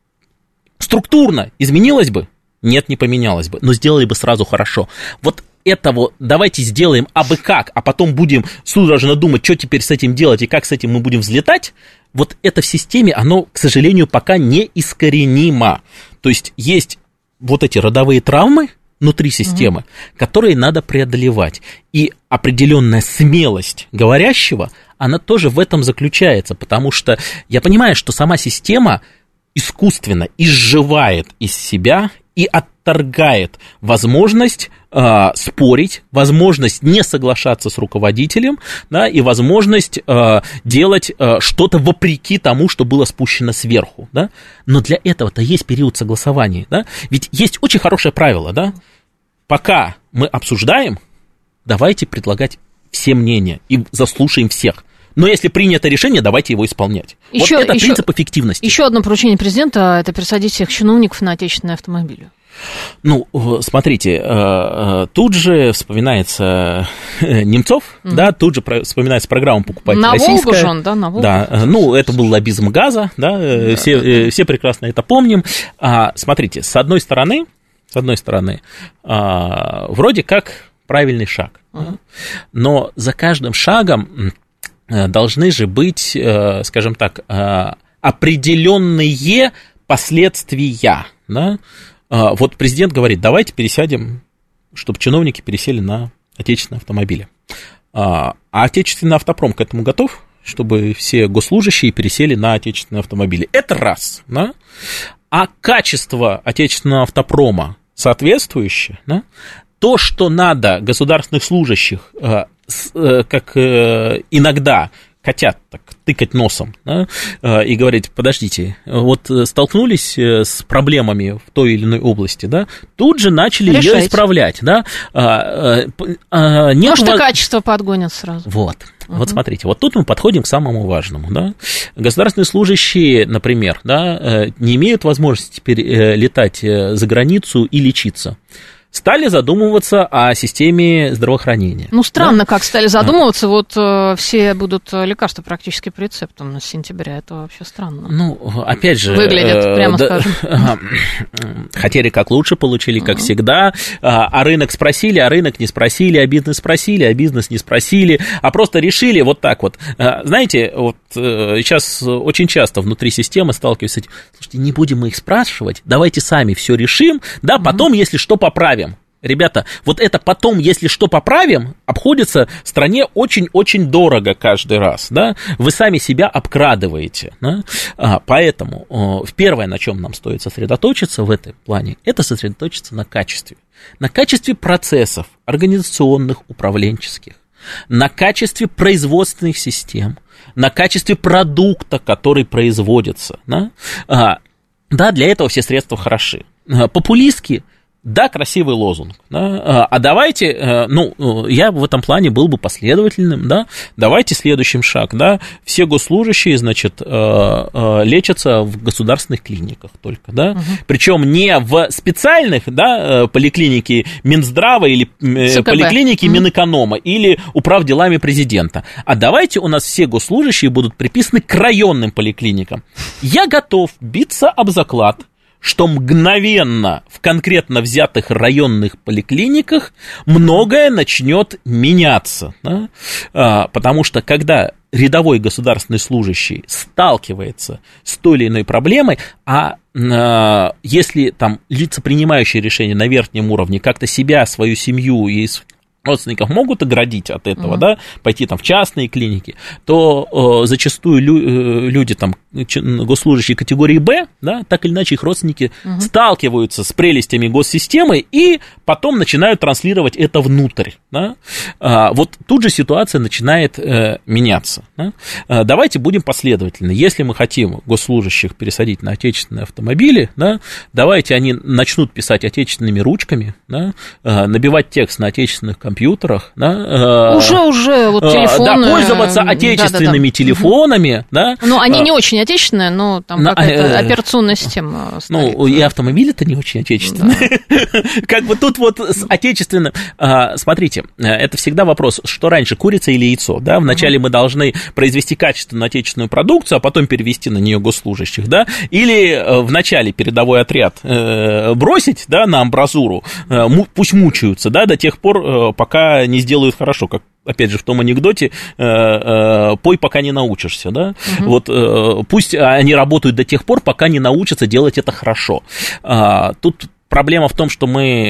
Структурно изменилось бы? Нет, не поменялось бы, но сделали бы сразу хорошо. Вот этого давайте сделаем абы как, а потом будем судорожно думать, что теперь с этим делать и как с этим мы будем взлетать. Вот это в системе, оно, к сожалению, пока не искоренимо. То есть есть вот эти родовые травмы внутри системы, mm-hmm. которые надо преодолевать. И определенная смелость говорящего, она тоже в этом заключается, потому что я понимаю, что сама система искусственно изживает из себя и отторгает возможность э, спорить, возможность не соглашаться с руководителем, да, и возможность э, делать э, что-то вопреки тому, что было спущено сверху. Да? Но для этого-то есть период согласования. Да? Ведь есть очень хорошее правило. Да? Пока мы обсуждаем, давайте предлагать все мнения и заслушаем всех. Но если принято решение, давайте его исполнять. Еще, вот это еще, принцип эффективности. Еще одно поручение президента – это пересадить всех чиновников на отечественные автомобили. Ну, смотрите, тут же вспоминается Немцов, mm-hmm. да, тут же вспоминается программа «Покупайте на российское». Волгу же он, да, на Волгу. Да, ну, это был лоббизм газа, да, да все, да. все прекрасно это помним. Смотрите, с одной стороны, с одной стороны, вроде как правильный шаг, uh-huh. но за каждым шагом должны же быть, скажем так, определенные последствия. Да? Вот президент говорит, давайте пересядем, чтобы чиновники пересели на отечественные автомобили. А отечественный автопром к этому готов, чтобы все госслужащие пересели на отечественные автомобили? Это раз. Да? А качество отечественного автопрома соответствующее, да? То, что надо государственных служащих, как иногда хотят так тыкать носом, да, и говорить, подождите, вот столкнулись с проблемами в той или иной области, да, тут же начали Решайте. ее исправлять, да. Нет Может, и качество подгонят сразу. Вот. Uh-huh. Вот смотрите, вот тут мы подходим к самому важному, да. Государственные служащие, например, да, не имеют возможности теперь летать за границу и лечиться. Стали задумываться о системе здравоохранения. Ну, странно, да? Как стали задумываться. А. Вот э, все будут лекарства практически по рецептам с сентября. Это вообще странно. Ну, опять же... Выглядит, э, прямо да, скажем. Хотели как лучше, получили как uh-huh. всегда. А рынок спросили, а рынок не спросили, а бизнес спросили, а бизнес не спросили. А просто решили вот так вот. Знаете, вот сейчас очень часто внутри системы сталкиваюсь с этим. Слушайте, не будем мы их спрашивать, давайте сами все решим, да, потом, uh-huh. если что, поправим. Ребята, вот это потом, если что поправим, обходится стране очень-очень дорого каждый раз, да, вы сами себя обкрадываете, да? А, поэтому э, первое, на чем нам стоит сосредоточиться в этом плане, это сосредоточиться на качестве, на качестве процессов организационных, управленческих, на качестве производственных систем, на качестве продукта, который производится, да, а, да, для этого все средства хороши, популистские. Да, красивый лозунг, да, а давайте, ну, я в этом плане был бы последовательным, да, давайте следующим шаг, да, все госслужащие, значит, лечатся в государственных клиниках только, да, угу. Причем не в специальных, да, поликлинике Минздрава или ЦКБ. Поликлинике Минэконома или управделами президента, а давайте у нас все госслужащие будут приписаны к районным поликлиникам. Я готов биться об заклад, что мгновенно в конкретно взятых районных поликлиниках многое начнет меняться, да? а, потому что когда рядовой государственный служащий сталкивается с той или иной проблемой, а, а если там лица, принимающие решения на верхнем уровне, как-то себя, свою семью и родственников могут оградить от этого, uh-huh. да, пойти там в частные клиники, то э, зачастую лю- люди там, госслужащие категории Б, да, так или иначе их родственники uh-huh. сталкиваются с прелестями госсистемы и потом начинают транслировать это внутрь, да. А, вот тут же ситуация начинает э, меняться, да. А, давайте будем последовательны. Если мы хотим госслужащих пересадить на отечественные автомобили, да, давайте они начнут писать отечественными ручками, да, э, набивать текст на отечественных компьютерах, компьютерах, да, уже, уже, вот телефоны, да, пользоваться отечественными да, да, да. телефонами, да. Ну, они не очень отечественные, но там на, какая-то э, операционная система стоит. Ну, и автомобили-то не очень отечественные. Да. Как бы тут вот с отечественным, смотрите, это всегда вопрос, что раньше, курица или яйцо, да, вначале мы должны произвести качественную отечественную продукцию, а потом перевести на нее госслужащих, да, или вначале передовой отряд бросить, да, на амбразуру, пусть мучаются, да, до тех пор, пока пока не сделают хорошо, как, опять же, в том анекдоте, э, э, пой, пока не научишься, да, угу. Вот э, пусть они работают до тех пор, пока не научатся делать это хорошо. А, тут проблема в том, что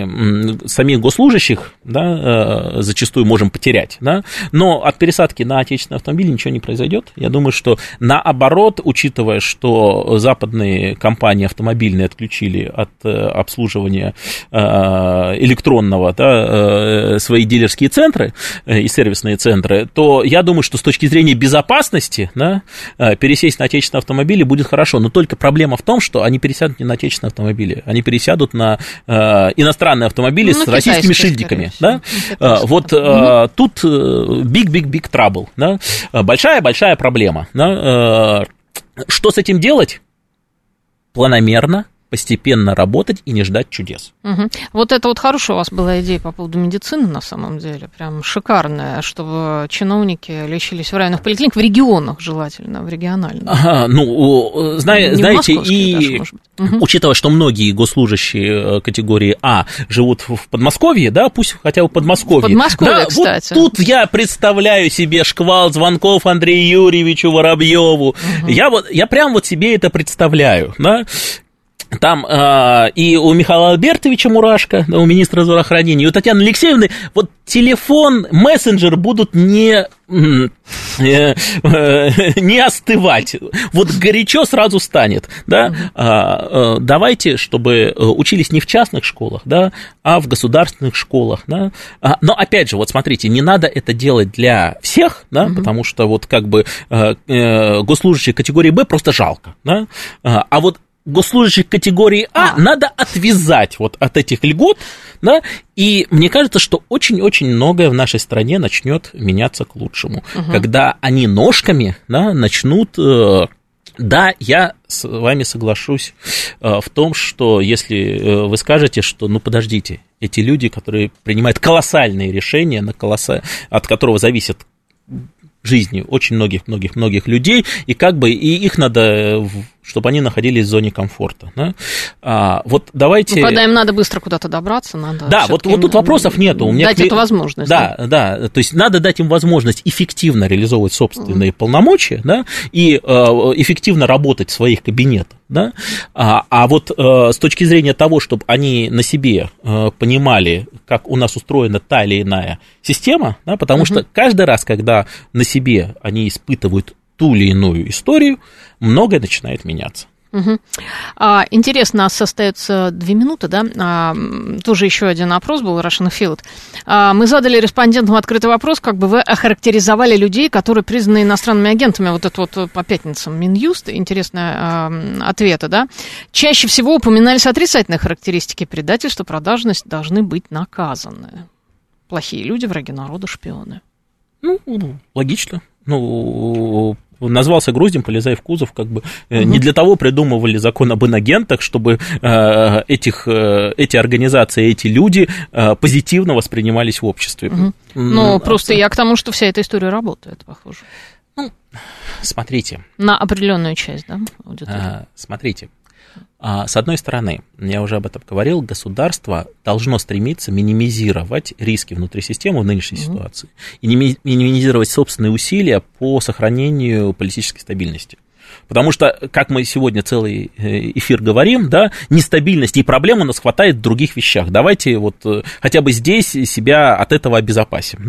мы самих госслужащих, да, зачастую можем потерять, да, но от пересадки на отечественный автомобиль ничего не произойдет. Я думаю, что наоборот, учитывая, что западные компании автомобильные отключили от обслуживания электронного, да, свои дилерские центры и сервисные центры, то я думаю, что с точки зрения безопасности, да, пересесть на отечественные автомобили будет хорошо, но только проблема в том, что они пересядут не на отечественные автомобили, они пересядут на Э, иностранные автомобили ну, с российскими шильдиками, да? Э, вот э, тут big-big-big trouble, да? Большая-большая проблема, да? Э, что с этим делать? Планомерно, постепенно работать и не ждать чудес. Угу. Вот это вот хорошая у вас была идея по поводу медицины, на самом деле, прям шикарная, чтобы чиновники лечились в районных поликлиниках, в регионах желательно, в региональных. Ага, ну, зна- знаете, и даже, угу. учитывая, что многие госслужащие категории А живут в Подмосковье, да, пусть хотя бы в Подмосковье. В Подмосковье, да, кстати. Вот тут я представляю себе шквал звонков Андрею Юрьевичу Воробьеву. Угу. Я, вот, я прям вот себе это представляю, да. Там э, и у Михаила Альбертовича Мурашко, да, у министра здравоохранения, и у Татьяны Алексеевны вот телефон, мессенджер будут не, э, э, не остывать. Вот горячо сразу станет. Да? А, э, давайте, чтобы учились не в частных школах, да, а в государственных школах. Да? А, но опять же, вот смотрите, не надо это делать для всех, да, mm-hmm. потому что вот как бы э, э, госслужащих категории Б просто жалко. Да? А вот госслужащих категории А, а надо отвязать вот от этих льгот, да, и мне кажется, что очень-очень многое в нашей стране начнет меняться к лучшему, угу. когда они ножками, да, начнут... Да, я с вами соглашусь в том, что если вы скажете, что, ну, подождите, эти люди, которые принимают колоссальные решения, на колосса... от которого зависит жизни очень многих-многих-многих людей, и как бы и их надо, чтобы они находились в зоне комфорта. Да? А, вот давайте... Ну, когда им надо быстро куда-то добраться, надо... Да, вот, вот тут вопросов нету. У меня дать к... эту возможность. Да, да, да, то есть надо дать им возможность эффективно реализовывать собственные mm-hmm. полномочия, да, и э, эффективно работать в своих кабинетах. Да? А, а вот э, с точки зрения того, чтобы они на себе э, понимали, как у нас устроена та или иная система, да, потому mm-hmm. что каждый раз, когда на себе они испытывают ту или иную историю, многое начинает меняться. Угу. А, интересно, у нас остается две минуты, да? А, тоже еще один опрос был, Russian Field. А, мы задали респондентам открытый вопрос, как бы вы охарактеризовали людей, которые признаны иностранными агентами. Вот это вот по пятницам Минюст, интересные а, ответы, да? Чаще всего упоминались отрицательные характеристики: предательство, продажность должны быть наказаны. Плохие люди, враги народа, шпионы. Ну, логично. Ну, назвался гроздем, полезай в кузов, как бы угу. не для того придумывали закон об инагентах, чтобы э, этих, э, эти организации, эти люди э, позитивно воспринимались в обществе. Угу. Ну, а, просто а... я к тому, что вся эта история работает, похоже. Ну, смотрите. На определенную часть, да, аудитории. А, смотрите. С одной стороны, я уже об этом говорил, государство должно стремиться минимизировать риски внутри системы в нынешней mm-hmm. ситуации и минимизировать собственные усилия по сохранению политической стабильности. Потому что, как мы сегодня целый эфир говорим, да, нестабильности и проблем у нас хватает в других вещах. Давайте вот хотя бы здесь себя от этого обезопасим.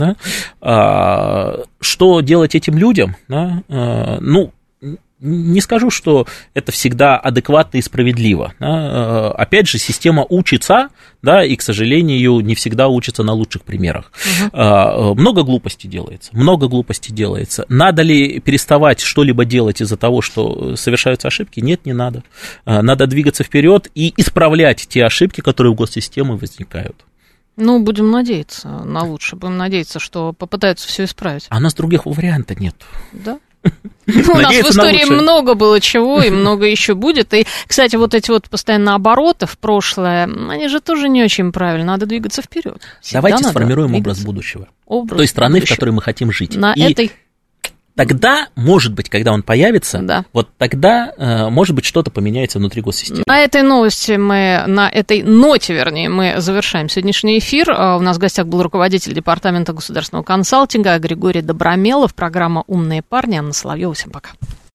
Да? Что делать этим людям? Да? Ну, не скажу, что это всегда адекватно и справедливо. Да? Опять же, система учится, да, и, к сожалению, не всегда учится на лучших примерах. Угу. Много глупостей делается, много глупостей делается. Надо ли переставать что-либо делать из-за того, что совершаются ошибки? Нет, не надо. Надо двигаться вперед и исправлять те ошибки, которые в госсистеме возникают. Ну, будем надеяться на лучшее. Будем надеяться, что попытаются все исправить. А у нас других вариантов нет. Да? Ну, у нас в истории много было чего, и много еще будет. И, кстати, вот эти вот постоянно обороты в прошлое, они же тоже не очень правильно. Надо двигаться вперед. Давайте сформируем образ будущего. Образ той страны, будущего. В которой мы хотим жить. На и этой... Тогда, может быть, когда он появится, да. вот тогда, может быть, что-то поменяется внутри госсистемы. На этой новости мы, на этой ноте, вернее, мы завершаем сегодняшний эфир. У нас в гостях был руководитель департамента государственного консалтинга Григорий Добромелов. Программа «Умные парни». Анна Соловьева. Всем пока.